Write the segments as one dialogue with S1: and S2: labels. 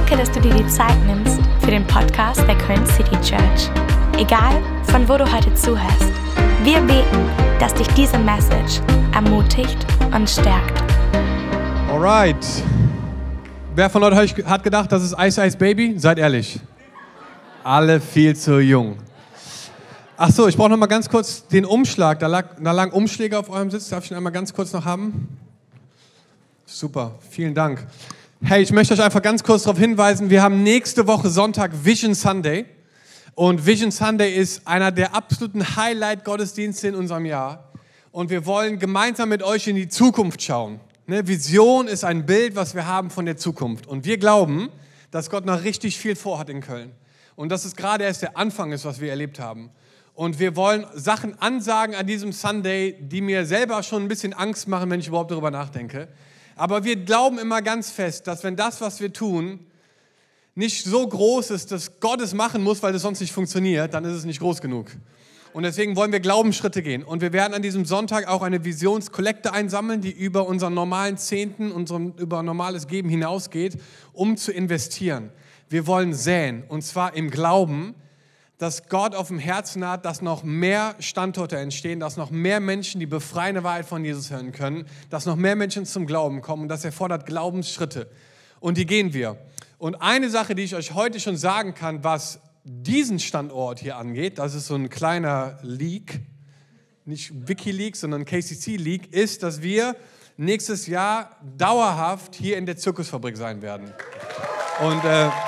S1: Danke, dass du dir die Zeit nimmst für den Podcast der Köln City Church. Egal, von wo du heute zuhörst, wir beten, dass dich diese Message ermutigt und stärkt.
S2: Alright. Wer von euch hat gedacht, das ist Ice Ice Baby? Seid ehrlich. Alle viel zu jung. Ach so, ich brauche noch mal ganz kurz den Umschlag. Da lagen Umschläge auf eurem Sitz. Darf ich ihn einmal ganz kurz noch haben? Super, vielen Dank. Hey, ich möchte euch einfach ganz kurz darauf hinweisen, wir haben nächste Woche Sonntag Vision Sunday. Und Vision Sunday ist einer der absoluten Highlight-Gottesdienste in unserem Jahr. Und wir wollen gemeinsam mit euch in die Zukunft schauen. Vision ist ein Bild, was wir haben von der Zukunft. Und wir glauben, dass Gott noch richtig viel vorhat in Köln. Und dass es gerade erst der Anfang ist, was wir erlebt haben. Und wir wollen Sachen ansagen an diesem Sunday, die mir selber schon ein bisschen Angst machen, wenn ich überhaupt darüber nachdenke. Aber wir glauben immer ganz fest, dass wenn das, was wir tun, nicht so groß ist, dass Gott es machen muss, weil es sonst nicht funktioniert, dann ist es nicht groß genug. Und deswegen wollen wir Glaubensschritte gehen. Und wir werden an diesem Sonntag auch eine Visionskollekte einsammeln, die über unseren normalen Zehnten, über normales Geben hinausgeht, um zu investieren. Wir wollen säen, und zwar im Glauben, dass Gott auf dem Herzen hat, dass noch mehr Standorte entstehen, dass noch mehr Menschen die befreiende Wahrheit von Jesus hören können, dass noch mehr Menschen zum Glauben kommen. Und das erfordert Glaubensschritte. Und die gehen wir. Und eine Sache, die ich euch heute schon sagen kann, was diesen Standort hier angeht, das ist so ein kleiner Leak, nicht WikiLeaks, sondern KCC-Leak, ist, dass wir nächstes Jahr dauerhaft hier in der Zirkusfabrik sein werden. Und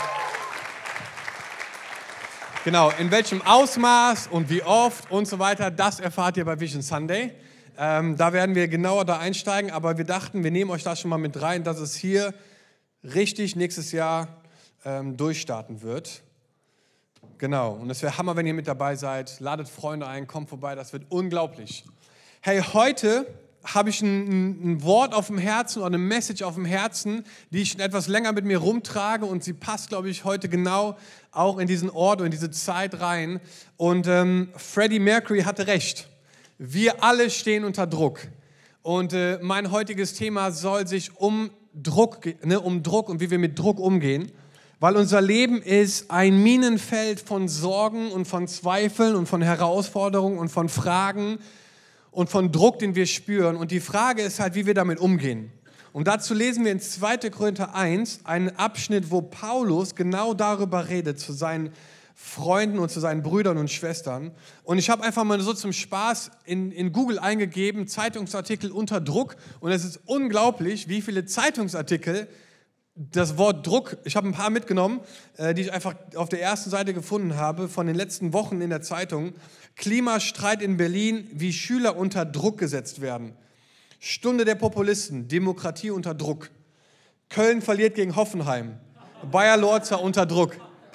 S2: genau, in welchem Ausmaß und wie oft und so weiter, das erfahrt ihr bei Vision Sunday. Da werden wir genauer da einsteigen, aber wir dachten, wir nehmen euch da schon mal mit rein, dass es hier richtig nächstes Jahr durchstarten wird. Genau, und es wäre Hammer, wenn ihr mit dabei seid. Ladet Freunde ein, kommt vorbei, das wird unglaublich. Hey, heute habe ich ein Wort auf dem Herzen oder eine Message auf dem Herzen, die ich schon etwas länger mit mir rumtrage und sie passt, glaube ich, heute genau auch in diesen Ort und in diese Zeit rein. Und Freddie Mercury hatte recht. Wir alle stehen unter Druck. Und mein heutiges Thema soll sich um Druck und wie wir mit Druck umgehen. Weil unser Leben ist ein Minenfeld von Sorgen und von Zweifeln und von Herausforderungen und von Fragen und von Druck, den wir spüren. Und die Frage ist halt, wie wir damit umgehen. Und dazu lesen wir in 2. Korinther 1 einen Abschnitt, wo Paulus genau darüber redet, zu seinen Freunden und zu seinen Brüdern und Schwestern. Und ich habe einfach mal so zum Spaß in Google eingegeben, Zeitungsartikel unter Druck. Und es ist unglaublich, wie viele Zeitungsartikel das Wort Druck, ich habe ein paar mitgenommen, die ich einfach auf der ersten Seite gefunden habe, von den letzten Wochen in der Zeitung. Klimastreit in Berlin, wie Schüler unter Druck gesetzt werden. Stunde der Populisten, Demokratie unter Druck. Köln verliert gegen Hoffenheim. Bayer Lorzer unter Druck.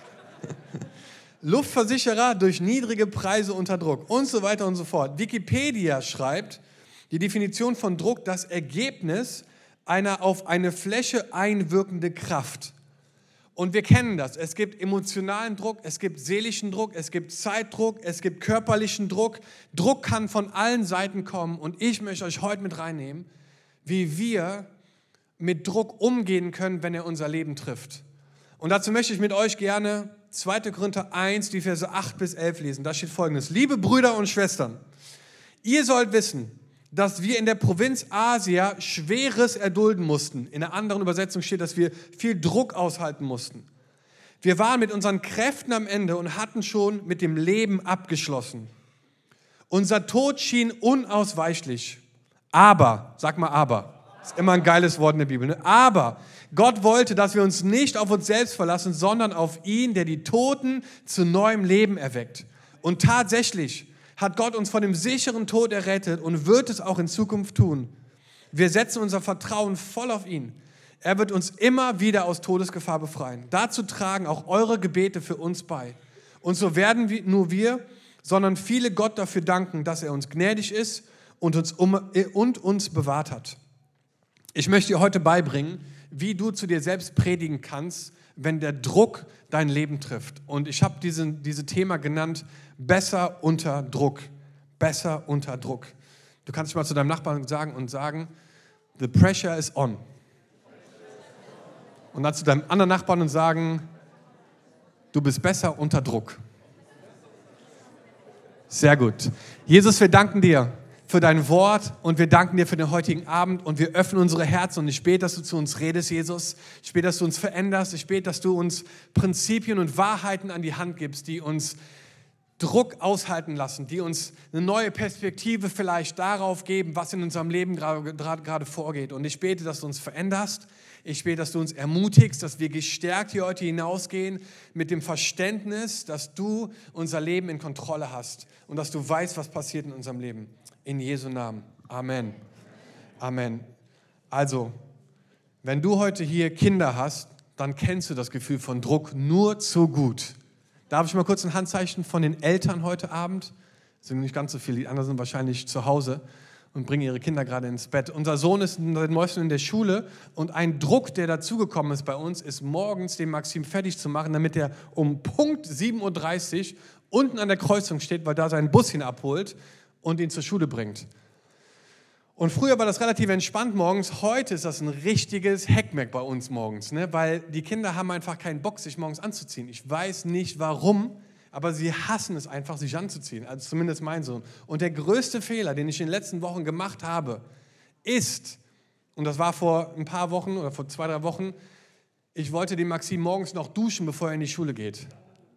S2: Luftversicherer durch niedrige Preise unter Druck und so weiter und so fort. Wikipedia schreibt, die Definition von Druck, das Ergebnis einer auf eine Fläche einwirkende Kraft. Und wir kennen das. Es gibt emotionalen Druck, es gibt seelischen Druck, es gibt Zeitdruck, es gibt körperlichen Druck. Druck kann von allen Seiten kommen und ich möchte euch heute mit reinnehmen, wie wir mit Druck umgehen können, wenn er unser Leben trifft. Und dazu möchte ich mit euch gerne 2. Korinther 1, die Verse 8 bis 11 lesen. Da steht Folgendes: Liebe Brüder und Schwestern, ihr sollt wissen, dass wir in der Provinz Asia Schweres erdulden mussten. In einer anderen Übersetzung steht, dass wir viel Druck aushalten mussten. Wir waren mit unseren Kräften am Ende und hatten schon mit dem Leben abgeschlossen. Unser Tod schien unausweichlich. Aber, sag mal aber, ist immer ein geiles Wort in der Bibel, ne? Aber Gott wollte, dass wir uns nicht auf uns selbst verlassen, sondern auf ihn, der die Toten zu neuem Leben erweckt. Und tatsächlich hat Gott uns von dem sicheren Tod errettet und wird es auch in Zukunft tun. Wir setzen unser Vertrauen voll auf ihn. Er wird uns immer wieder aus Todesgefahr befreien. Dazu tragen auch eure Gebete für uns bei. Und so werden nur wir, sondern viele Gott dafür danken, dass er uns gnädig ist und uns bewahrt hat. Ich möchte dir heute beibringen, wie du zu dir selbst predigen kannst, wenn der Druck dein Leben trifft. Und ich habe diese Thema genannt, besser unter Druck. Besser unter Druck. Du kannst dich mal zu deinem Nachbarn sagen, the pressure is on. Und dann zu deinem anderen Nachbarn und sagen, du bist besser unter Druck. Sehr gut. Jesus, wir danken dir für dein Wort und wir danken dir für den heutigen Abend und wir öffnen unsere Herzen und ich bete, dass du zu uns redest, Jesus. Ich bete, dass du uns veränderst. Ich bete, dass du uns Prinzipien und Wahrheiten an die Hand gibst, die uns Druck aushalten lassen, die uns eine neue Perspektive vielleicht darauf geben, was in unserem Leben gerade vorgeht. Und ich bete, dass du uns veränderst. Ich bete, dass du uns ermutigst, dass wir gestärkt hier heute hinausgehen mit dem Verständnis, dass du unser Leben in Kontrolle hast und dass du weißt, was passiert in unserem Leben. In Jesu Namen. Amen. Amen. Also, wenn du heute hier Kinder hast, dann kennst du das Gefühl von Druck nur zu gut. Darf ich mal kurz ein Handzeichen von den Eltern heute Abend? Es sind nicht ganz so viele, die anderen sind wahrscheinlich zu Hause und bringen ihre Kinder gerade ins Bett. Unser Sohn ist seit neuestem in der Schule und ein Druck, der dazugekommen ist bei uns, ist morgens den Maxim fertig zu machen, damit er um Punkt 7.30 Uhr unten an der Kreuzung steht, weil da seinen Bus hin abholt und ihn zur Schule bringt. Und früher war das relativ entspannt morgens, heute ist das ein richtiges Heckmeck bei uns morgens, ne? Weil die Kinder haben einfach keinen Bock, sich morgens anzuziehen. Ich weiß nicht warum, aber sie hassen es einfach, sich anzuziehen, also zumindest mein Sohn. Und der größte Fehler, den ich in den letzten Wochen gemacht habe, ist, und das war vor ein paar Wochen oder vor 2-3 Wochen, ich wollte den Maxim morgens noch duschen, bevor er in die Schule geht.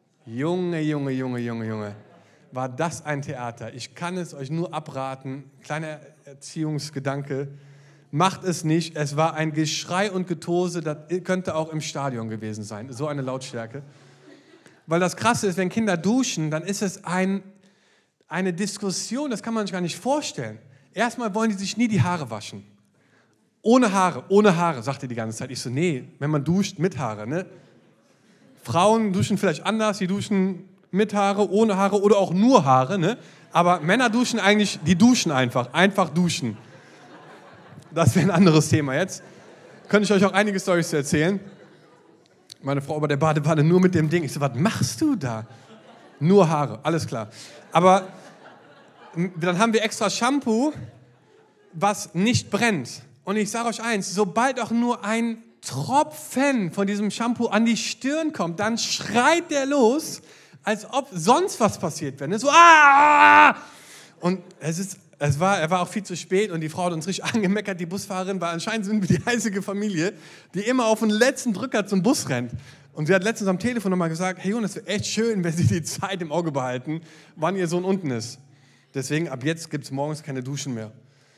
S2: Junge. War das ein Theater. Ich kann es euch nur abraten. Kleiner Erziehungsgedanke. Macht es nicht. Es war ein Geschrei und Getose. Das könnte auch im Stadion gewesen sein. So eine Lautstärke. Weil das Krasse ist, wenn Kinder duschen, dann ist es eine Diskussion, das kann man sich gar nicht vorstellen. Erstmal wollen die sich nie die Haare waschen. Ohne Haare, sagt ihr die ganze Zeit. Ich so, nee, wenn man duscht, mit Haare. Ne? Frauen duschen vielleicht anders, die duschen mit Haare, ohne Haare oder auch nur Haare, ne? Aber Männer duschen eigentlich, die duschen einfach duschen. Das wäre ein anderes Thema jetzt. Könnte ich euch auch einige Storys erzählen. Meine Frau bei der Badewanne nur mit dem Ding. Ich so, was machst du da? Nur Haare, alles klar. Aber dann haben wir extra Shampoo, was nicht brennt. Und ich sage euch eins, sobald auch nur ein Tropfen von diesem Shampoo an die Stirn kommt, dann schreit der los, als ob sonst was passiert wäre. So, ah! Und er war auch viel zu spät und die Frau hat uns richtig angemeckert, die Busfahrerin, weil anscheinend sind wir die einzige Familie, die immer auf den letzten Drücker zum Bus rennt. Und sie hat letztens am Telefon nochmal gesagt, hey Jonas, es wäre echt schön, wenn Sie die Zeit im Auge behalten, wann Ihr Sohn unten ist. Deswegen, ab jetzt gibt es morgens keine Duschen mehr.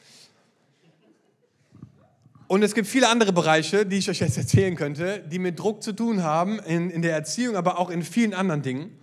S2: Und es gibt viele andere Bereiche, die ich euch jetzt erzählen könnte, die mit Druck zu tun haben, in der Erziehung, aber auch in vielen anderen Dingen.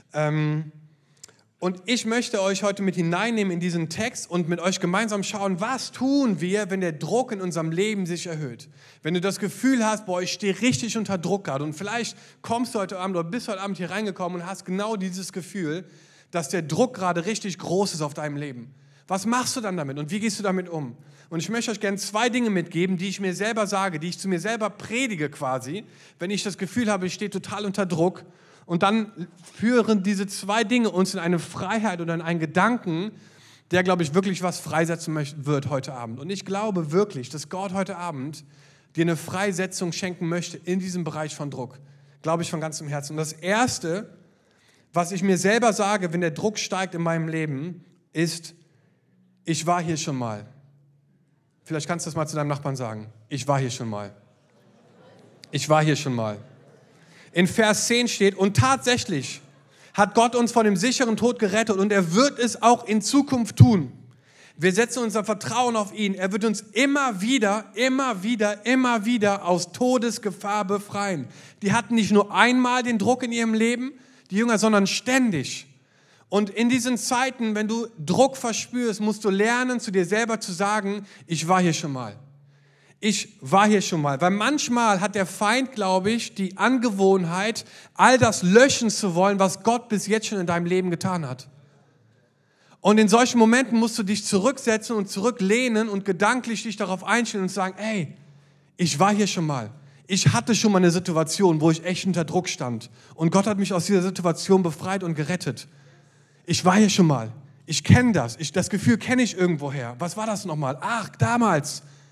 S2: Und ich möchte euch heute mit hineinnehmen in diesen Text und mit euch gemeinsam schauen, was tun wir, wenn der Druck in unserem Leben sich erhöht. Wenn du das Gefühl hast, boah, ich stehe richtig unter Druck gerade und vielleicht kommst du heute Abend oder bist heute Abend hier reingekommen und hast genau dieses Gefühl, dass der Druck gerade richtig groß ist auf deinem Leben. Was machst du dann damit und wie gehst du damit um? Und ich möchte euch gerne 2 Dinge mitgeben, die ich mir selber sage, die ich zu mir selber predige quasi, wenn ich das Gefühl habe, ich stehe total unter Druck. Und dann führen diese 2 Dinge uns in eine Freiheit oder in einen Gedanken, der, glaube ich, wirklich was freisetzen wird heute Abend. Und ich glaube wirklich, dass Gott heute Abend dir eine Freisetzung schenken möchte in diesem Bereich von Druck. Glaube ich von ganzem Herzen. Und das Erste, was ich mir selber sage, wenn der Druck steigt in meinem Leben, ist, ich war hier schon mal. Vielleicht kannst du das mal zu deinem Nachbarn sagen. Ich war hier schon mal. Ich war hier schon mal. In Vers 10 steht, und tatsächlich hat Gott uns von dem sicheren Tod gerettet und er wird es auch in Zukunft tun. Wir setzen unser Vertrauen auf ihn. Er wird uns immer wieder aus Todesgefahr befreien. Die hatten nicht nur einmal den Druck in ihrem Leben, die Jünger, sondern ständig. Und in diesen Zeiten, wenn du Druck verspürst, musst du lernen, zu dir selber zu sagen, ich war hier schon mal. Ich war hier schon mal, weil manchmal hat der Feind, glaube ich, die Angewohnheit, all das löschen zu wollen, was Gott bis jetzt schon in deinem Leben getan hat. Und in solchen Momenten musst du dich zurücksetzen und zurücklehnen und gedanklich dich darauf einstellen und sagen, ey, ich war hier schon mal. Ich hatte schon mal eine Situation, wo ich echt unter Druck stand. Und Gott hat mich aus dieser Situation befreit und gerettet. Ich war hier schon mal. Ich kenne das. Das Gefühl kenne ich irgendwoher. Was war das nochmal? Ach, damals,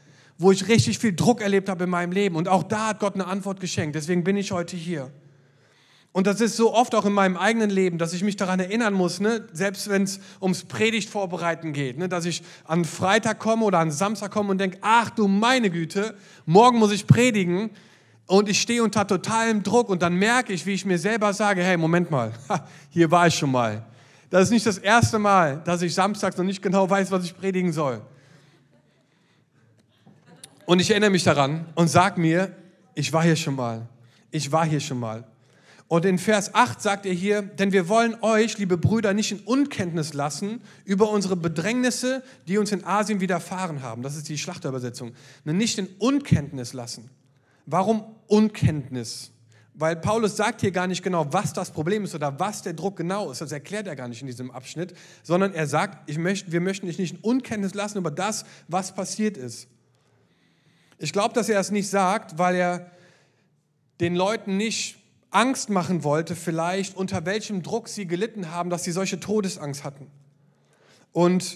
S2: wo ich richtig viel Druck erlebt habe in meinem Leben. Und auch da hat Gott eine Antwort geschenkt. Deswegen bin ich heute hier. Und das ist so oft auch in meinem eigenen Leben, dass ich mich daran erinnern muss, ne? Selbst wenn es ums Predigtvorbereiten geht, ne? Dass ich an Freitag komme oder an Samstag komme und denke, ach du meine Güte, morgen muss ich predigen und ich stehe unter totalem Druck und dann merke ich, wie ich mir selber sage, hey, Moment mal, hier war ich schon mal. Das ist nicht das erste Mal, dass ich samstags noch nicht genau weiß, was ich predigen soll. Und ich erinnere mich daran und sage mir, ich war hier schon mal. Ich war hier schon mal. Und in Vers 8 sagt er hier, denn wir wollen euch, liebe Brüder, nicht in Unkenntnis lassen über unsere Bedrängnisse, die uns in Asien widerfahren haben. Das ist die Schlachterübersetzung. Nicht in Unkenntnis lassen. Warum Unkenntnis? Weil Paulus sagt hier gar nicht genau, was das Problem ist oder was der Druck genau ist. Das erklärt er gar nicht in diesem Abschnitt, sondern er sagt, wir möchten dich nicht in Unkenntnis lassen über das, was passiert ist. Ich glaube, dass er es nicht sagt, weil er den Leuten nicht Angst machen wollte, vielleicht unter welchem Druck sie gelitten haben, dass sie solche Todesangst hatten. Und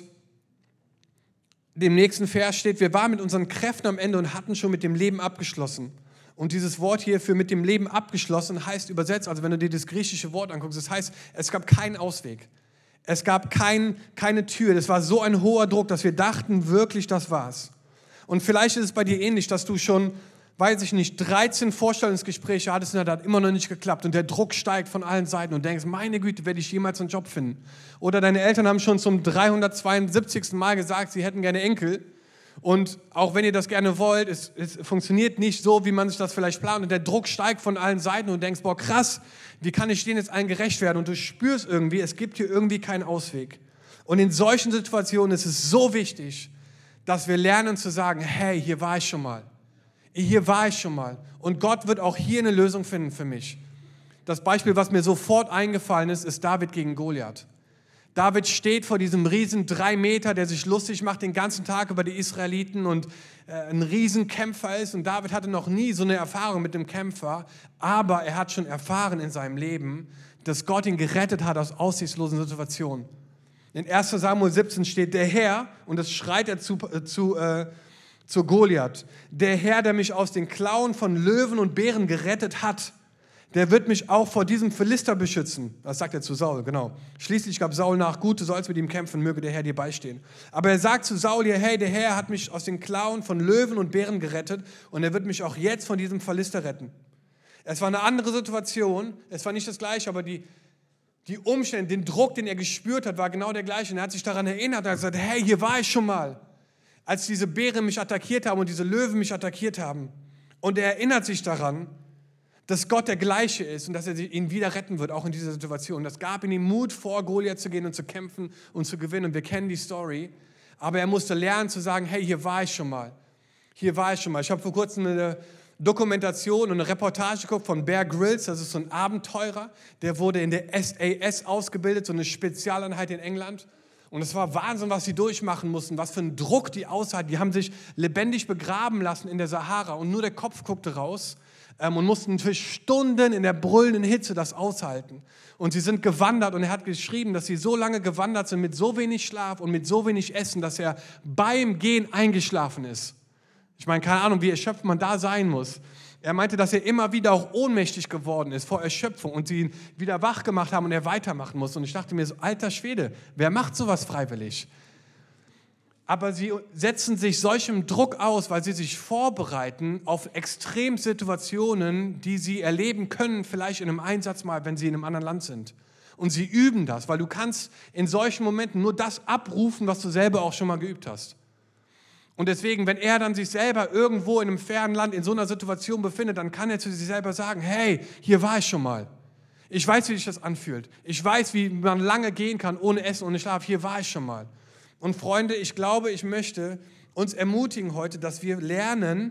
S2: im nächsten Vers steht, wir waren mit unseren Kräften am Ende und hatten schon mit dem Leben abgeschlossen. Und dieses Wort hier für mit dem Leben abgeschlossen heißt übersetzt, also wenn du dir das griechische Wort anguckst, das heißt, es gab keinen Ausweg. Es gab keine Tür. Das war so ein hoher Druck, dass wir dachten, wirklich, das war's. Und vielleicht ist es bei dir ähnlich, dass du schon, weiß ich nicht, 13 Vorstellungsgespräche hattest und das hat immer noch nicht geklappt und der Druck steigt von allen Seiten und denkst, meine Güte, werde ich jemals einen Job finden? Oder deine Eltern haben schon zum 372. Mal gesagt, sie hätten gerne Enkel und auch wenn ihr das gerne wollt, es funktioniert nicht so, wie man sich das vielleicht plant und der Druck steigt von allen Seiten und du denkst, boah krass, wie kann ich denen jetzt allen gerecht werden? Und du spürst irgendwie, es gibt hier irgendwie keinen Ausweg. Und in solchen Situationen ist es so wichtig, dass wir lernen zu sagen, hey, hier war ich schon mal. Hier war ich schon mal. Und Gott wird auch hier eine Lösung finden für mich. Das Beispiel, was mir sofort eingefallen ist, ist David gegen Goliath. David steht vor diesem riesen 3 Meter, der sich lustig macht den ganzen Tag über die Israeliten und ein Riesenkämpfer ist. Und David hatte noch nie so eine Erfahrung mit dem Kämpfer, aber er hat schon erfahren in seinem Leben, dass Gott ihn gerettet hat aus aussichtslosen Situationen. In 1. Samuel 17 steht der Herr, und das schreit er zu Goliath, der Herr, der mich aus den Klauen von Löwen und Bären gerettet hat, der wird mich auch vor diesem Philister beschützen. Das sagt er zu Saul, genau. Schließlich gab Saul nach, gut, du sollst mit ihm kämpfen, möge der Herr dir beistehen. Aber er sagt zu Saul hier, hey, der Herr hat mich aus den Klauen von Löwen und Bären gerettet und er wird mich auch jetzt von diesem Philister retten. Es war eine andere Situation, es war nicht das Gleiche, aber die Umstände, den Druck, den er gespürt hat, war genau der gleiche. Und er hat sich daran erinnert, er hat gesagt, hey, hier war ich schon mal, als diese Bären mich attackiert haben und diese Löwen mich attackiert haben. Und er erinnert sich daran, dass Gott der Gleiche ist und dass er ihn wieder retten wird, auch in dieser Situation. Das gab ihm Mut, vor Goliath zu gehen und zu kämpfen und zu gewinnen. Und wir kennen die Story. Aber er musste lernen zu sagen, hey, hier war ich schon mal. Hier war ich schon mal. Ich habe vor kurzem eine Dokumentation und eine Reportage geguckt von Bear Grylls. Das ist so ein Abenteurer. Der wurde in der SAS ausgebildet, so eine Spezialeinheit in England. Und es war Wahnsinn, was sie durchmachen mussten, was für ein Druck die aushalten. Die haben sich lebendig begraben lassen in der Sahara und nur der Kopf guckte raus und mussten für Stunden in der brüllenden Hitze das aushalten. Und sie sind gewandert und er hat geschrieben, dass sie so lange gewandert sind mit so wenig Schlaf und mit so wenig Essen, dass er beim Gehen eingeschlafen ist. Ich meine, keine Ahnung, wie erschöpft man da sein muss. Er meinte, dass er immer wieder auch ohnmächtig geworden ist vor Erschöpfung und sie ihn wieder wach gemacht haben und er weitermachen muss. Und ich dachte mir so, alter Schwede, wer macht sowas freiwillig? Aber sie setzen sich solchem Druck aus, weil sie sich vorbereiten auf Extremsituationen, die sie erleben können, vielleicht in einem Einsatz mal, wenn sie in einem anderen Land sind. Und sie üben das, weil du kannst in solchen Momenten nur das abrufen, was du selber auch schon mal geübt hast. Und deswegen, wenn er dann sich selber irgendwo in einem fernen Land in so einer Situation befindet, dann kann er zu sich selber sagen, hey, hier war ich schon mal. Ich weiß, wie sich das anfühlt. Ich weiß, wie man lange gehen kann, ohne Essen, ohne Schlaf. Hier war ich schon mal. Und Freunde, ich glaube, ich möchte uns ermutigen heute, dass wir lernen,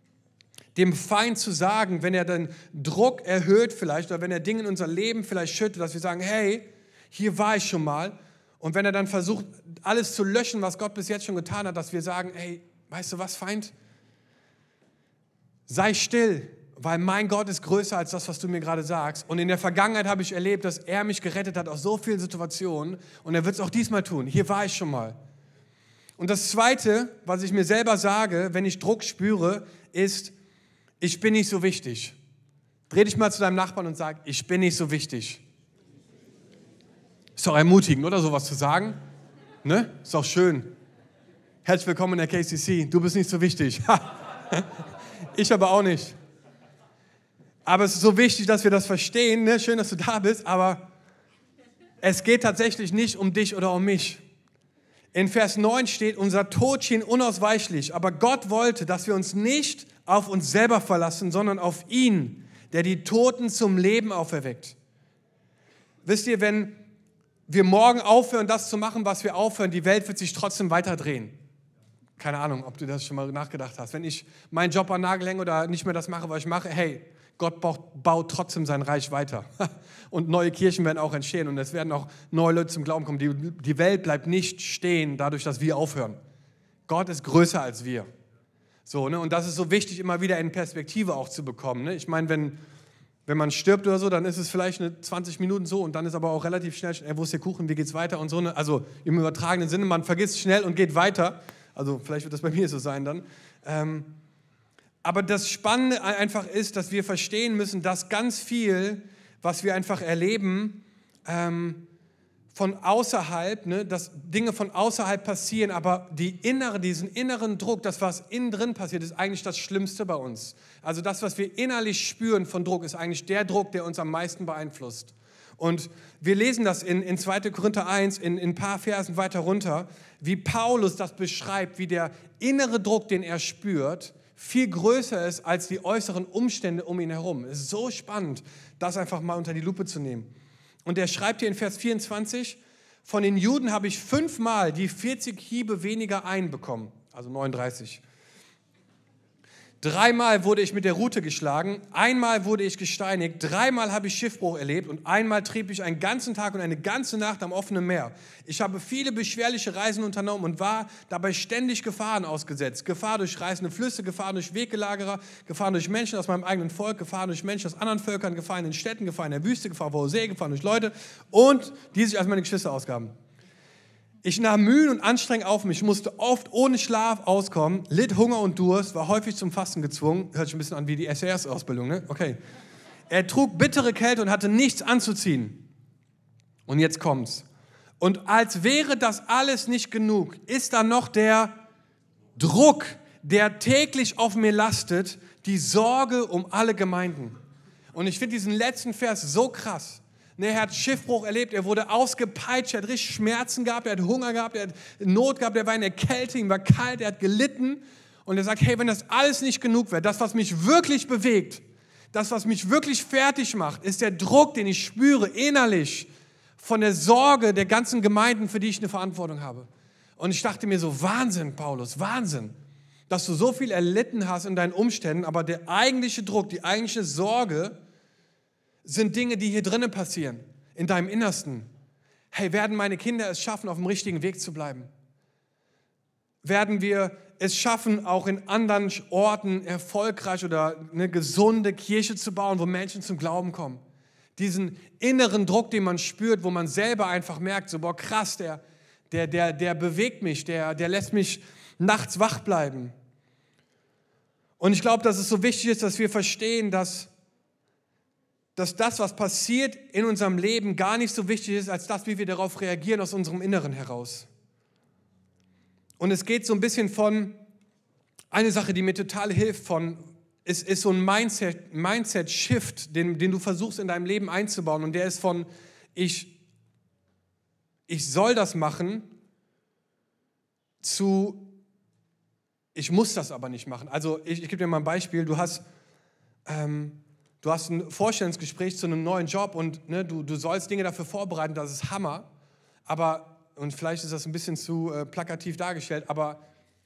S2: dem Feind zu sagen, wenn er den Druck erhöht vielleicht oder wenn er Dinge in unser Leben vielleicht schüttet, dass wir sagen, hey, hier war ich schon mal. Und wenn er dann versucht, alles zu löschen, was Gott bis jetzt schon getan hat, dass wir sagen, hey, weißt du was, Feind? Sei still, weil mein Gott ist größer als das, was du mir gerade sagst. Und in der Vergangenheit habe ich erlebt, dass er mich gerettet hat aus so vielen Situationen. Und er wird es auch diesmal tun. Hier war ich schon mal. Und das Zweite, was ich mir selber sage, wenn ich Druck spüre, ist, ich bin nicht so wichtig. Dreh dich mal zu deinem Nachbarn und sag, ich bin nicht so wichtig. Ist doch ermutigend, oder, sowas zu sagen? Ne? Ist doch schön. Herzlich willkommen in der KCC. Du bist nicht so wichtig. Ich aber auch nicht. Aber es ist so wichtig, dass wir das verstehen. Ne? Schön, dass du da bist, aber es geht tatsächlich nicht um dich oder um mich. In Vers 9 steht, unser Tod schien unausweichlich, aber Gott wollte, dass wir uns nicht auf uns selber verlassen, sondern auf ihn, der die Toten zum Leben auferweckt. Wisst ihr, wenn wir morgen aufhören, das zu machen, was wir aufhören, die Welt wird sich trotzdem weiter drehen. Keine Ahnung, ob du das schon mal nachgedacht hast. Wenn ich meinen Job an den Nagel hänge oder nicht mehr das mache, was ich mache, hey, Gott baut trotzdem sein Reich weiter. Und neue Kirchen werden auch entstehen und es werden auch neue Leute zum Glauben kommen. Die Welt bleibt nicht stehen, dadurch, dass wir aufhören. Gott ist größer als wir. So, ne? Und das ist so wichtig, immer wieder in Perspektive auch zu bekommen. Ne? Ich meine, wenn man stirbt oder so, dann ist es vielleicht 20 Minuten so und dann ist aber auch relativ schnell, wo ist der Kuchen, wie geht's weiter und so. Ne? Also im übertragenen Sinne, man vergisst schnell und geht weiter. Also vielleicht wird das bei mir so sein dann. Aber das Spannende einfach ist, dass wir verstehen müssen, dass ganz viel, was wir einfach erleben, von außerhalb, ne, dass Dinge von außerhalb passieren, aber diesen inneren Druck, das, was innen drin passiert, ist eigentlich das Schlimmste bei uns. Also das, was wir innerlich spüren von Druck, ist eigentlich der Druck, der uns am meisten beeinflusst. Und wir lesen das in 2. Korinther 1, in ein paar Versen weiter runter, wie Paulus das beschreibt, wie der innere Druck, den er spürt, viel größer ist als die äußeren Umstände um ihn herum. Es ist so spannend, das einfach mal unter die Lupe zu nehmen. Und er schreibt hier in Vers 24, von den Juden habe ich 5-mal die 40 Hiebe weniger einbekommen, also 39. 3-mal wurde ich mit der Rute geschlagen, 1-mal wurde ich gesteinigt, 3-mal habe ich Schiffbruch erlebt und 1-mal trieb ich einen ganzen Tag und eine ganze Nacht am offenen Meer. Ich habe viele beschwerliche Reisen unternommen und war dabei ständig Gefahren ausgesetzt. Gefahr durch reißende Flüsse, Gefahr durch Weggelagerer, Gefahr durch Menschen aus meinem eigenen Volk, Gefahr durch Menschen aus anderen Völkern, Gefahr in den Städten, Gefahr in der Wüste, Gefahr vor See, Gefahr durch Leute und die sich als meine Geschwister ausgaben. Ich nahm Mühen und Anstrengung auf mich, musste oft ohne Schlaf auskommen, litt Hunger und Durst, war häufig zum Fasten gezwungen. Hört sich ein bisschen an wie die SAS-Ausbildung, ne? Okay. Er trug bittere Kälte und hatte nichts anzuziehen. Und jetzt kommt's. Und als wäre das alles nicht genug, ist da noch der Druck, der täglich auf mir lastet, die Sorge um alle Gemeinden. Und ich finde diesen letzten Vers so krass. Er hat Schiffbruch erlebt, er wurde ausgepeitscht, er hat richtig Schmerzen gehabt, er hat Hunger gehabt, er hat Not gehabt, er war in der Kälte, ihm war kalt, er hat gelitten. Und er sagt, hey, wenn das alles nicht genug wäre, das, was mich wirklich bewegt, das, was mich wirklich fertig macht, ist der Druck, den ich spüre innerlich von der Sorge der ganzen Gemeinden, für die ich eine Verantwortung habe. Und ich dachte mir so, Wahnsinn, Paulus, Wahnsinn, dass du so viel erlitten hast in deinen Umständen, aber der eigentliche Druck, die eigentliche Sorge sind Dinge, die hier drinnen passieren, in deinem Innersten. Hey, werden meine Kinder es schaffen, auf dem richtigen Weg zu bleiben? Werden wir es schaffen, auch in anderen Orten erfolgreich oder eine gesunde Kirche zu bauen, wo Menschen zum Glauben kommen? Diesen inneren Druck, den man spürt, wo man selber einfach merkt, so, boah, krass, der bewegt mich, der lässt mich nachts wach bleiben. Und ich glaube, dass es so wichtig ist, dass wir verstehen, dass das, was passiert in unserem Leben, gar nicht so wichtig ist, als das, wie wir darauf reagieren aus unserem Inneren heraus. Und es geht so ein bisschen von, eine Sache, die mir total hilft, ist so ein Mindset-Shift, den du versuchst in deinem Leben einzubauen. Und der ist von, ich soll das machen, zu, ich muss das aber nicht machen. Also ich gebe dir mal ein Beispiel, du hast ein Vorstellungsgespräch zu einem neuen Job und ne, du sollst Dinge dafür vorbereiten, das ist Hammer. Aber, und vielleicht ist das ein bisschen zu plakativ dargestellt, aber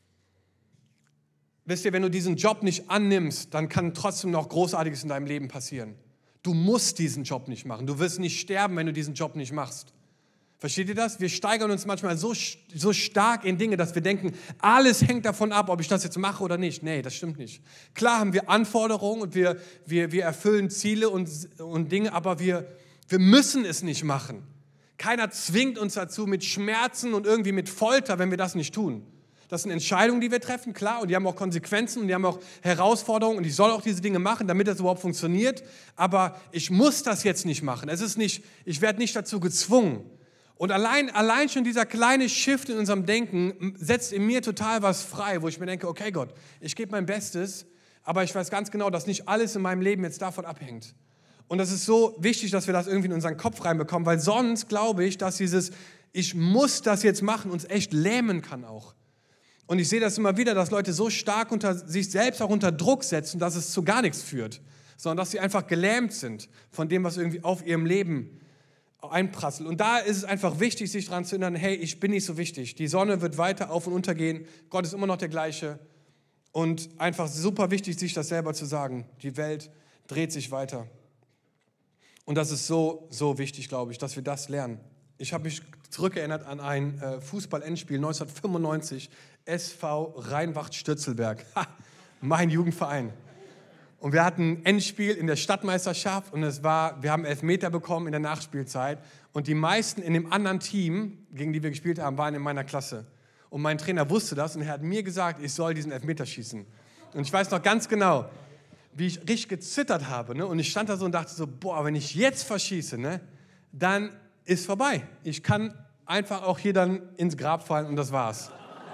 S2: wisst ihr, wenn du diesen Job nicht annimmst, dann kann trotzdem noch Großartiges in deinem Leben passieren. Du musst diesen Job nicht machen. Du wirst nicht sterben, wenn du diesen Job nicht machst. Versteht ihr das? Wir steigern uns manchmal so stark in Dinge, dass wir denken, alles hängt davon ab, ob ich das jetzt mache oder nicht. Nee, das stimmt nicht. Klar haben wir Anforderungen und wir erfüllen Ziele und Dinge, aber wir müssen es nicht machen. Keiner zwingt uns dazu mit Schmerzen und irgendwie mit Folter, wenn wir das nicht tun. Das sind Entscheidungen, die wir treffen, klar, und die haben auch Konsequenzen und die haben auch Herausforderungen und ich soll auch diese Dinge machen, damit das überhaupt funktioniert. Aber ich muss das jetzt nicht machen. Ich werde nicht dazu gezwungen. Und allein schon dieser kleine Shift in unserem Denken setzt in mir total was frei, wo ich mir denke, okay Gott, ich gebe mein Bestes, aber ich weiß ganz genau, dass nicht alles in meinem Leben jetzt davon abhängt. Und das ist so wichtig, dass wir das irgendwie in unseren Kopf reinbekommen, weil sonst glaube ich, dass dieses ich muss das jetzt machen uns echt lähmen kann auch. Und ich sehe das immer wieder, dass Leute so stark sich selbst auch unter Druck setzen, dass es zu gar nichts führt, sondern dass sie einfach gelähmt sind von dem, was irgendwie auf ihrem Leben einprasselt. Und da ist es einfach wichtig, sich daran zu erinnern, hey, ich bin nicht so wichtig. Die Sonne wird weiter auf und untergehen, Gott ist immer noch der gleiche. Und einfach super wichtig, sich das selber zu sagen. Die Welt dreht sich weiter. Und das ist so, so wichtig, glaube ich, dass wir das lernen. Ich habe mich zurückerinnert an ein Fußball-Endspiel 1995, SV Rheinwacht-Stürzelberg, mein Jugendverein. Und wir hatten ein Endspiel in der Stadtmeisterschaft und wir haben Elfmeter bekommen in der Nachspielzeit. Und die meisten in dem anderen Team, gegen die wir gespielt haben, waren in meiner Klasse. Und mein Trainer wusste das und er hat mir gesagt, ich soll diesen Elfmeter schießen. Und ich weiß noch ganz genau, wie ich richtig gezittert habe. Ne? Und ich stand da so und dachte so, boah, wenn ich jetzt verschieße, ne, dann ist vorbei. Ich kann einfach auch hier dann ins Grab fallen und das war's.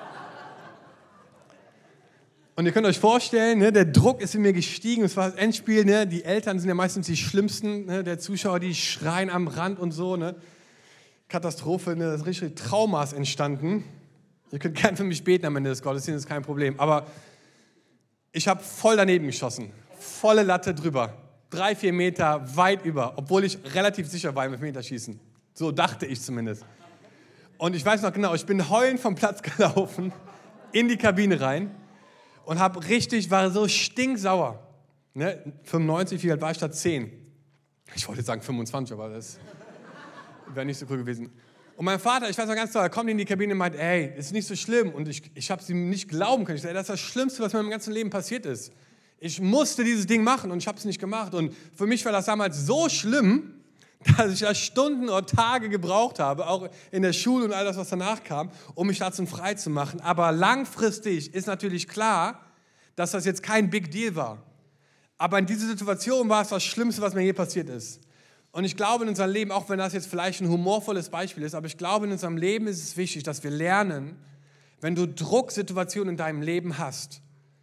S2: Und ihr könnt euch vorstellen, ne, der Druck ist in mir gestiegen. Es war das Endspiel. Ne, die Eltern sind ja meistens die Schlimmsten. Ne, der Zuschauer, die schreien am Rand und so. Ne. Katastrophe, ne, das richtige Trauma ist entstanden. Ihr könnt gerne für mich beten am Ende des Gottesdienstes, ist kein Problem. Aber ich habe voll daneben geschossen. Volle Latte drüber. 3-4 Meter weit über. Obwohl ich relativ sicher war im Elfmeterschießen. So dachte ich zumindest. Und ich weiß noch genau, ich bin heulend vom Platz gelaufen, in die Kabine rein und war so stinksauer. Ne? 95, wie alt war ich da? 10. Ich wollte sagen 25, aber das wäre nicht so cool gewesen. Und mein Vater, ich weiß noch ganz toll, er kommt in die Kabine und meint, ey, ist nicht so schlimm. Und ich habe es ihm nicht glauben können. Ich sage, das ist das Schlimmste, was mir im ganzen Leben passiert ist. Ich musste dieses Ding machen und ich habe es nicht gemacht. Und für mich war das damals so schlimm, dass ich da Stunden oder Tage gebraucht habe, auch in der Schule und all das, was danach kam, um mich dazu frei zu machen. Aber langfristig ist natürlich klar, dass das jetzt kein Big Deal war. Aber in dieser Situation war es das Schlimmste, was mir je passiert ist. Und ich glaube in unserem Leben, auch wenn das jetzt vielleicht ein humorvolles Beispiel ist, aber ich glaube in unserem Leben ist es wichtig, dass wir lernen, wenn du Drucksituationen in deinem Leben hast,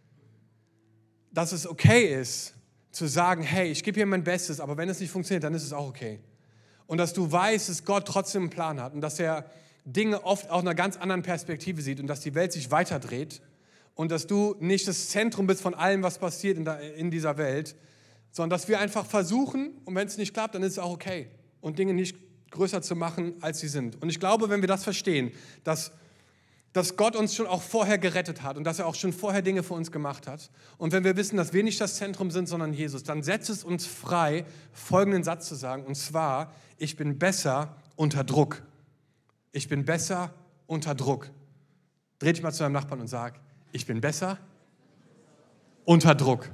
S2: dass es okay ist, zu sagen, hey, ich gebe hier mein Bestes, aber wenn es nicht funktioniert, dann ist es auch okay. Und dass du weißt, dass Gott trotzdem einen Plan hat und dass er Dinge oft aus einer ganz anderen Perspektive sieht und dass die Welt sich weiterdreht und dass du nicht das Zentrum bist von allem, was passiert in dieser Welt, sondern dass wir einfach versuchen und wenn es nicht klappt, dann ist es auch okay und Dinge nicht größer zu machen, als sie sind. Und ich glaube, wenn wir das verstehen, dass Gott uns schon auch vorher gerettet hat und dass er auch schon vorher Dinge für uns gemacht hat. Und wenn wir wissen, dass wir nicht das Zentrum sind, sondern Jesus, dann setzt es uns frei, folgenden Satz zu sagen, und zwar, ich bin besser unter Druck. Ich bin besser unter Druck. Dreh dich mal zu deinem Nachbarn und sag, ich bin besser unter Druck.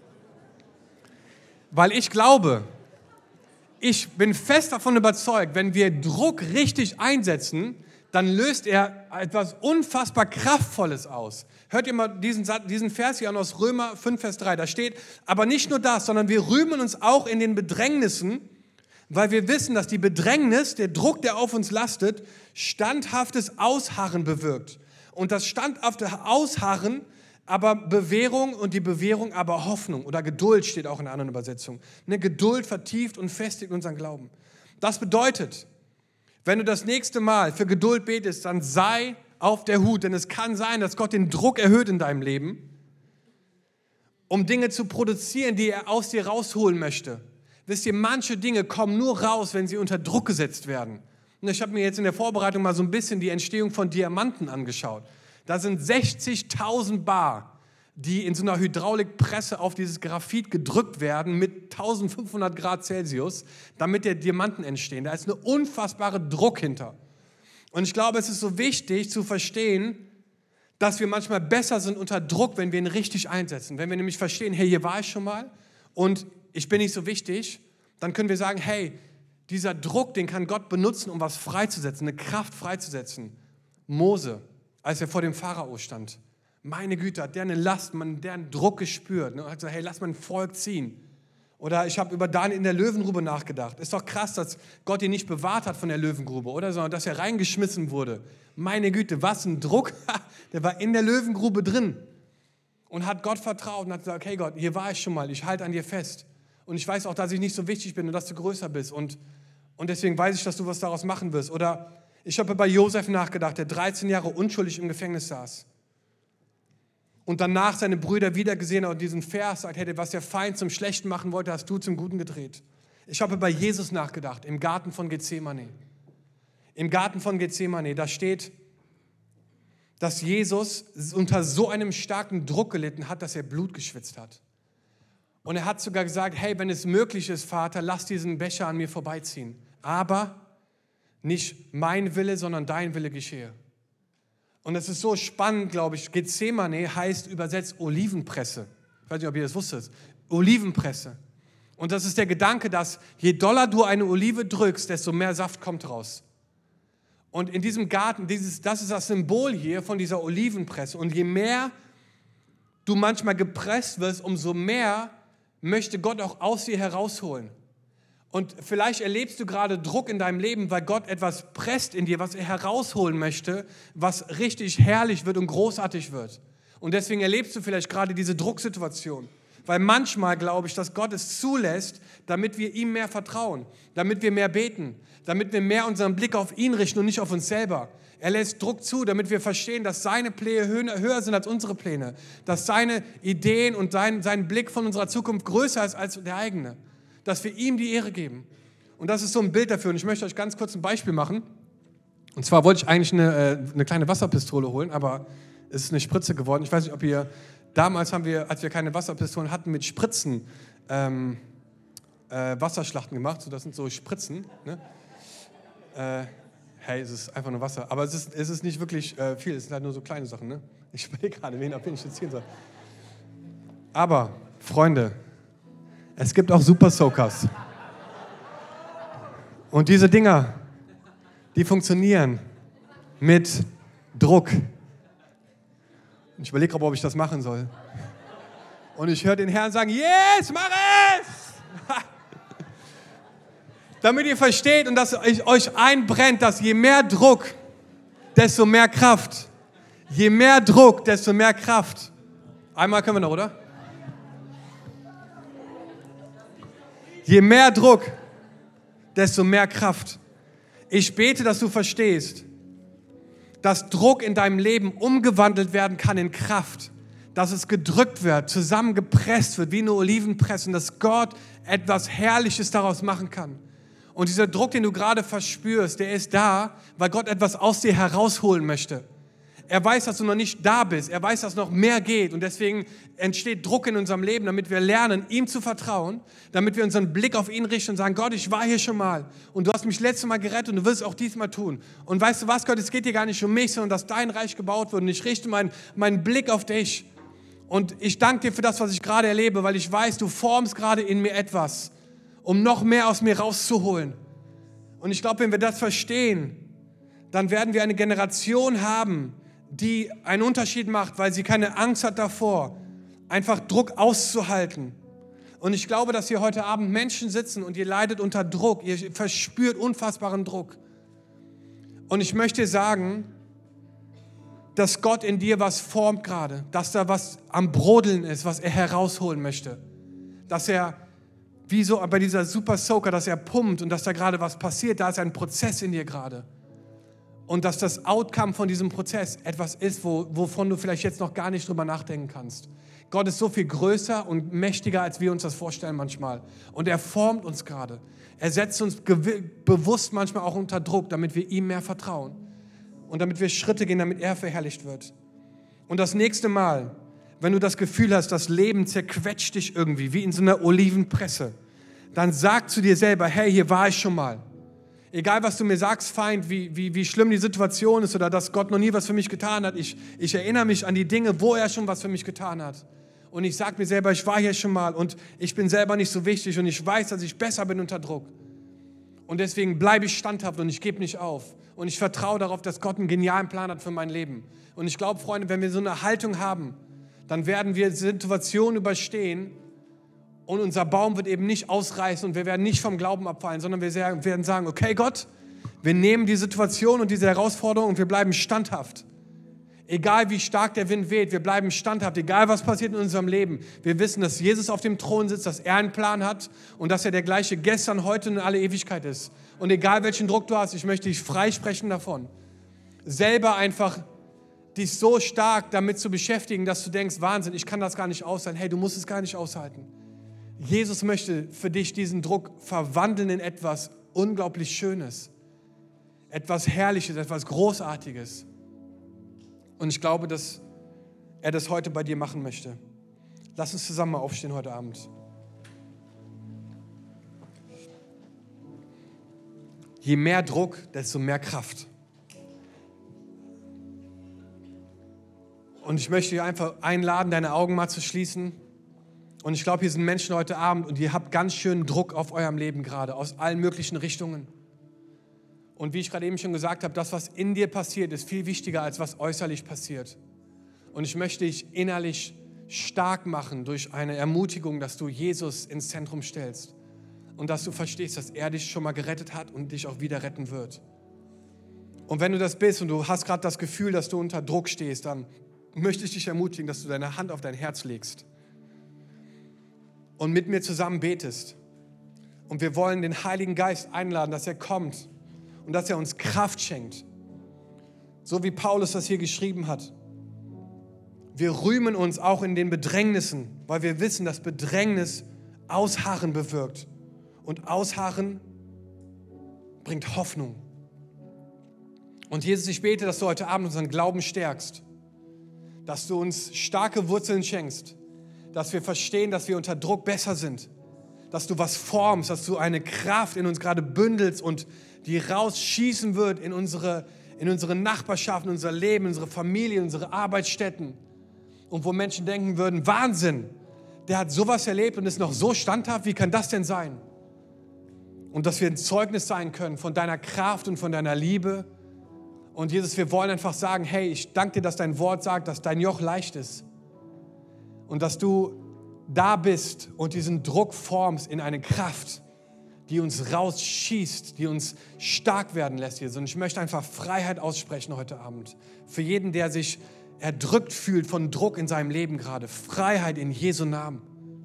S2: Weil ich glaube, ich bin fest davon überzeugt, wenn wir Druck richtig einsetzen, dann löst er etwas unfassbar Kraftvolles aus. Hört ihr mal diesen Vers hier an aus Römer 5, Vers 3. Da steht, aber nicht nur das, sondern wir rühmen uns auch in den Bedrängnissen, weil wir wissen, dass die Bedrängnis, der Druck, der auf uns lastet, standhaftes Ausharren bewirkt. Und das standhafte Ausharren, aber Bewährung und die Bewährung aber Hoffnung oder Geduld steht auch in einer anderen Übersetzung. Eine Geduld vertieft und festigt unseren Glauben. Das bedeutet, wenn du das nächste Mal für Geduld betest, dann sei auf der Hut, denn es kann sein, dass Gott den Druck erhöht in deinem Leben, um Dinge zu produzieren, die er aus dir rausholen möchte. Wisst ihr, manche Dinge kommen nur raus, wenn sie unter Druck gesetzt werden. Und ich habe mir jetzt in der Vorbereitung mal so ein bisschen die Entstehung von Diamanten angeschaut. Da sind 60.000 Bar, die in so einer Hydraulikpresse auf dieses Graphit gedrückt werden mit 1500 Grad Celsius, damit der Diamanten entstehen. Da ist ein unfassbarer Druck hinter. Und ich glaube, es ist so wichtig zu verstehen, dass wir manchmal besser sind unter Druck, wenn wir ihn richtig einsetzen. Wenn wir nämlich verstehen, hey, hier war ich schon mal und ich bin nicht so wichtig, dann können wir sagen, hey, dieser Druck, den kann Gott benutzen, um was freizusetzen, eine Kraft freizusetzen. Mose, als er vor dem Pharao stand. Meine Güte, hat der eine Last, der einen Druck gespürt. Ne? Und hat gesagt, hey, lass mein Volk ziehen. Oder ich habe über Daniel in der Löwengrube nachgedacht. Ist doch krass, dass Gott ihn nicht bewahrt hat von der Löwengrube, oder? Sondern dass er reingeschmissen wurde. Meine Güte, was ein Druck. Der war in der Löwengrube drin und hat Gott vertraut und hat gesagt, okay Gott, hier war ich schon mal, ich halte an dir fest. Und ich weiß auch, dass ich nicht so wichtig bin und dass du größer bist. Und deswegen weiß ich, dass du was daraus machen wirst. Oder ich habe bei Josef nachgedacht, der 13 Jahre unschuldig im Gefängnis saß. Und danach seine Brüder wieder gesehen hat und diesen Vers sagt, hey, was der Feind zum Schlechten machen wollte, hast du zum Guten gedreht. Ich habe bei Jesus nachgedacht, im Garten von Gethsemane. Im Garten von Gethsemane, da steht, dass Jesus unter so einem starken Druck gelitten hat, dass er Blut geschwitzt hat. Und er hat sogar gesagt, hey, wenn es möglich ist, Vater, lass diesen Becher an mir vorbeiziehen. Aber nicht mein Wille, sondern dein Wille geschehe. Und es ist so spannend, glaube ich. Gethsemane heißt übersetzt Olivenpresse. Ich weiß nicht, ob ihr das wusstet. Olivenpresse. Und das ist der Gedanke, dass je doller du eine Olive drückst, desto mehr Saft kommt raus. Und in diesem Garten, das ist das Symbol hier von dieser Olivenpresse. Und je mehr du manchmal gepresst wirst, umso mehr möchte Gott auch aus dir herausholen. Und vielleicht erlebst du gerade Druck in deinem Leben, weil Gott etwas presst in dir, was er herausholen möchte, was richtig herrlich wird und großartig wird. Und deswegen erlebst du vielleicht gerade diese Drucksituation. Weil manchmal glaube ich, dass Gott es zulässt, damit wir ihm mehr vertrauen, damit wir mehr beten, damit wir mehr unseren Blick auf ihn richten und nicht auf uns selber. Er lässt Druck zu, damit wir verstehen, dass seine Pläne höher sind als unsere Pläne, dass seine Ideen und sein Blick von unserer Zukunft größer ist als der eigene. Dass wir ihm die Ehre geben. Und das ist so ein Bild dafür. Und ich möchte euch ganz kurz ein Beispiel machen. Und zwar wollte ich eigentlich eine kleine Wasserpistole holen, aber es ist eine Spritze geworden. Ich weiß nicht, ob ihr, damals haben wir, als wir keine Wasserpistolen hatten, mit Spritzen Wasserschlachten gemacht. So, das sind so Spritzen. Ne? Hey, es ist einfach nur Wasser. Aber es ist nicht wirklich viel. Es sind halt nur so kleine Sachen. Ne? Ich überlege gerade, wen ich jetzt ziehen soll. Aber, Freunde, es gibt auch Super Soakers. Und diese Dinger, die funktionieren mit Druck. Und ich überlege gerade, ob ich das machen soll. Und ich höre den Herrn sagen, yes, mach es! Damit ihr versteht und dass euch einbrennt, dass je mehr Druck, desto mehr Kraft. Je mehr Druck, desto mehr Kraft. Einmal können wir noch, oder? Je mehr Druck, desto mehr Kraft. Ich bete, dass du verstehst, dass Druck in deinem Leben umgewandelt werden kann in Kraft. Dass es gedrückt wird, zusammengepresst wird, wie eine Olivenpresse und dass Gott etwas Herrliches daraus machen kann. Und dieser Druck, den du gerade verspürst, der ist da, weil Gott etwas aus dir herausholen möchte. Er weiß, dass du noch nicht da bist. Er weiß, dass noch mehr geht. Und deswegen entsteht Druck in unserem Leben, damit wir lernen, ihm zu vertrauen, damit wir unseren Blick auf ihn richten und sagen, Gott, ich war hier schon mal. Und du hast mich letztes Mal gerettet und du wirst es auch diesmal tun. Und weißt du was, Gott, es geht dir gar nicht um mich, sondern dass dein Reich gebaut wird. Und ich richte meinen Blick auf dich. Und ich danke dir für das, was ich gerade erlebe, weil ich weiß, du formst gerade in mir etwas, um noch mehr aus mir rauszuholen. Und ich glaube, wenn wir das verstehen, dann werden wir eine Generation haben, die einen Unterschied macht, weil sie keine Angst hat davor, einfach Druck auszuhalten. Und ich glaube, dass hier heute Abend Menschen sitzen und ihr leidet unter Druck, ihr verspürt unfassbaren Druck. Und ich möchte sagen, dass Gott in dir was formt gerade, dass da was am Brodeln ist, was er herausholen möchte. Dass er, wie so bei dieser Super Soaker, dass er pumpt und dass da gerade was passiert, da ist ein Prozess in dir gerade. Und dass das Outcome von diesem Prozess etwas ist, wovon du vielleicht jetzt noch gar nicht drüber nachdenken kannst. Gott ist so viel größer und mächtiger, als wir uns das vorstellen manchmal. Und er formt uns gerade. Er setzt uns bewusst manchmal auch unter Druck, damit wir ihm mehr vertrauen. Und damit wir Schritte gehen, damit er verherrlicht wird. Und das nächste Mal, wenn du das Gefühl hast, das Leben zerquetscht dich irgendwie, wie in so einer Olivenpresse, dann sag zu dir selber, hey, hier war ich schon mal. Egal, was du mir sagst, Feind, wie schlimm die Situation ist oder dass Gott noch nie was für mich getan hat. Ich erinnere mich an die Dinge, wo er schon was für mich getan hat. Und ich sage mir selber, ich war hier schon mal und ich bin selber nicht so wichtig und ich weiß, dass ich besser bin unter Druck. Und deswegen bleibe ich standhaft und ich gebe nicht auf. Und ich vertraue darauf, dass Gott einen genialen Plan hat für mein Leben. Und ich glaube, Freunde, wenn wir so eine Haltung haben, dann werden wir Situationen überstehen und unser Baum wird eben nicht ausreißen und wir werden nicht vom Glauben abfallen, sondern wir werden sagen, okay Gott, wir nehmen die Situation und diese Herausforderung und wir bleiben standhaft. Egal wie stark der Wind weht, wir bleiben standhaft, egal was passiert in unserem Leben. Wir wissen, dass Jesus auf dem Thron sitzt, dass er einen Plan hat und dass er der gleiche gestern, heute und in alle Ewigkeit ist. Und egal welchen Druck du hast, ich möchte dich freisprechen davon. Selber einfach dich so stark damit zu beschäftigen, dass du denkst, Wahnsinn, ich kann das gar nicht aushalten. Hey, du musst es gar nicht aushalten. Jesus möchte für dich diesen Druck verwandeln in etwas unglaublich Schönes, etwas Herrliches, etwas Großartiges. Und ich glaube, dass er das heute bei dir machen möchte. Lass uns zusammen mal aufstehen heute Abend. Je mehr Druck, desto mehr Kraft. Und ich möchte dich einfach einladen, deine Augen mal zu schließen. Und ich glaube, hier sind Menschen heute Abend und ihr habt ganz schön Druck auf eurem Leben gerade, aus allen möglichen Richtungen. Und wie ich gerade eben schon gesagt habe, das, was in dir passiert, ist viel wichtiger, als was äußerlich passiert. Und ich möchte dich innerlich stark machen durch eine Ermutigung, dass du Jesus ins Zentrum stellst und dass du verstehst, dass er dich schon mal gerettet hat und dich auch wieder retten wird. Und wenn du das bist und du hast gerade das Gefühl, dass du unter Druck stehst, dann möchte ich dich ermutigen, dass du deine Hand auf dein Herz legst und mit mir zusammen betest. Und wir wollen den Heiligen Geist einladen, dass er kommt und dass er uns Kraft schenkt. So wie Paulus das hier geschrieben hat. Wir rühmen uns auch in den Bedrängnissen, weil wir wissen, dass Bedrängnis Ausharren bewirkt. Und Ausharren bringt Hoffnung. Und Jesus, ich bete, dass du heute Abend unseren Glauben stärkst. Dass du uns starke Wurzeln schenkst. Dass wir verstehen, dass wir unter Druck besser sind. Dass du was formst, dass du eine Kraft in uns gerade bündelst und die rausschießen wird in unsere Nachbarschaft, in unser Leben, in unsere Familie, in unsere Arbeitsstätten. Und wo Menschen denken würden, Wahnsinn, der hat sowas erlebt und ist noch so standhaft, wie kann das denn sein? Und dass wir ein Zeugnis sein können von deiner Kraft und von deiner Liebe. Und Jesus, wir wollen einfach sagen, hey, ich danke dir, dass dein Wort sagt, dass dein Joch leicht ist. Und dass du da bist und diesen Druck formst in eine Kraft, die uns rausschießt, die uns stark werden lässt, Jesus. Und ich möchte einfach Freiheit aussprechen heute Abend. Für jeden, der sich erdrückt fühlt von Druck in seinem Leben gerade. Freiheit in Jesu Namen.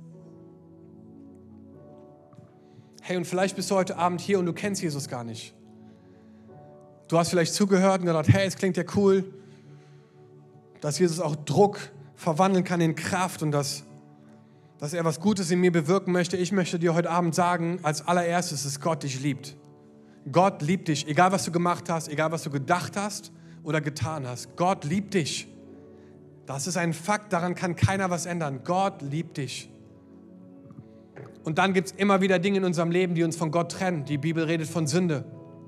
S2: Hey, und vielleicht bist du heute Abend hier und du kennst Jesus gar nicht. Du hast vielleicht zugehört und gedacht, hey, es klingt ja cool, dass Jesus auch Druck verwandeln kann in Kraft und dass er was Gutes in mir bewirken möchte. Ich möchte dir heute Abend sagen, als allererstes, dass Gott dich liebt. Gott liebt dich, egal was du gemacht hast, egal was du gedacht hast oder getan hast. Gott liebt dich. Das ist ein Fakt, daran kann keiner was ändern. Gott liebt dich. Und dann gibt es immer wieder Dinge in unserem Leben, die uns von Gott trennen. Die Bibel redet von Sünde.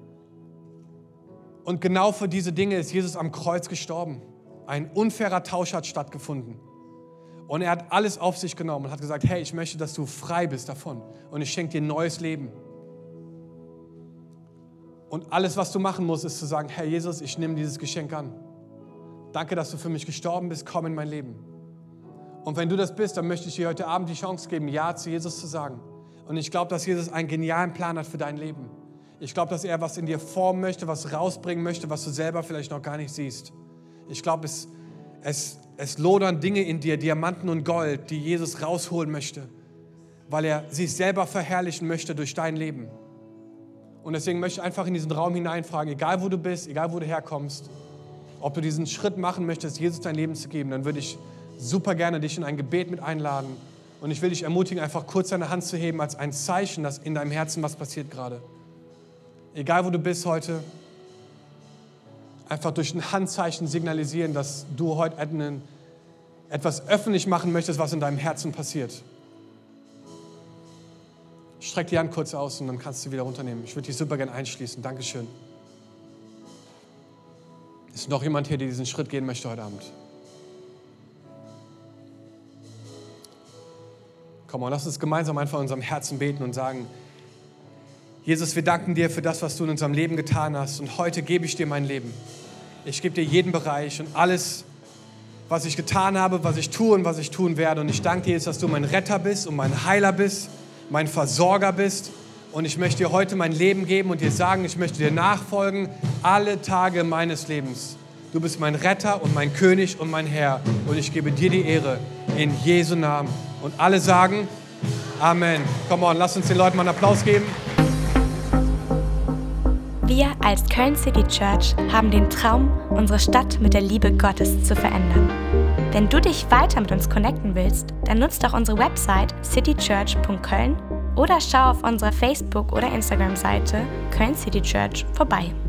S2: Und genau für diese Dinge ist Jesus am Kreuz gestorben. Ein unfairer Tausch hat stattgefunden. Und er hat alles auf sich genommen und hat gesagt, hey, ich möchte, dass du frei bist davon. Und ich schenke dir ein neues Leben. Und alles, was du machen musst, ist zu sagen, Herr Jesus, ich nehme dieses Geschenk an. Danke, dass du für mich gestorben bist, komm in mein Leben. Und wenn du das bist, dann möchte ich dir heute Abend die Chance geben, Ja zu Jesus zu sagen. Und ich glaube, dass Jesus einen genialen Plan hat für dein Leben. Ich glaube, dass er was in dir formen möchte, was rausbringen möchte, was du selber vielleicht noch gar nicht siehst. Ich glaube, es lodern Dinge in dir, Diamanten und Gold, die Jesus rausholen möchte, weil er sich selber verherrlichen möchte durch dein Leben. Und deswegen möchte ich einfach in diesen Raum hineinfragen, egal wo du bist, egal wo du herkommst, ob du diesen Schritt machen möchtest, Jesus dein Leben zu geben, dann würde ich super gerne dich in ein Gebet mit einladen. Und ich will dich ermutigen, einfach kurz deine Hand zu heben als ein Zeichen, dass in deinem Herzen was passiert gerade. Egal wo du bist heute, einfach durch ein Handzeichen signalisieren, dass du heute etwas öffentlich machen möchtest, was in deinem Herzen passiert. Streck die Hand kurz aus und dann kannst du wieder runternehmen. Ich würde dich super gerne einschließen. Dankeschön. Ist noch jemand hier, der diesen Schritt gehen möchte heute Abend? Komm mal, lass uns gemeinsam einfach in unserem Herzen beten und sagen, Jesus, wir danken dir für das, was du in unserem Leben getan hast. Und heute gebe ich dir mein Leben. Ich gebe dir jeden Bereich und alles, was ich getan habe, was ich tue und was ich tun werde. Und ich danke dir jetzt, dass du mein Retter bist und mein Heiler bist, mein Versorger bist. Und ich möchte dir heute mein Leben geben und dir sagen, ich möchte dir nachfolgen, alle Tage meines Lebens. Du bist mein Retter und mein König und mein Herr. Und ich gebe dir die Ehre in Jesu Namen. Und alle sagen Amen. Come on, lass uns den Leuten mal einen Applaus geben.
S1: Wir als Köln City Church haben den Traum, unsere Stadt mit der Liebe Gottes zu verändern. Wenn du dich weiter mit uns connecten willst, dann nutzt doch unsere Website citychurch.köln oder schau auf unserer Facebook- oder Instagram-Seite Köln City Church vorbei.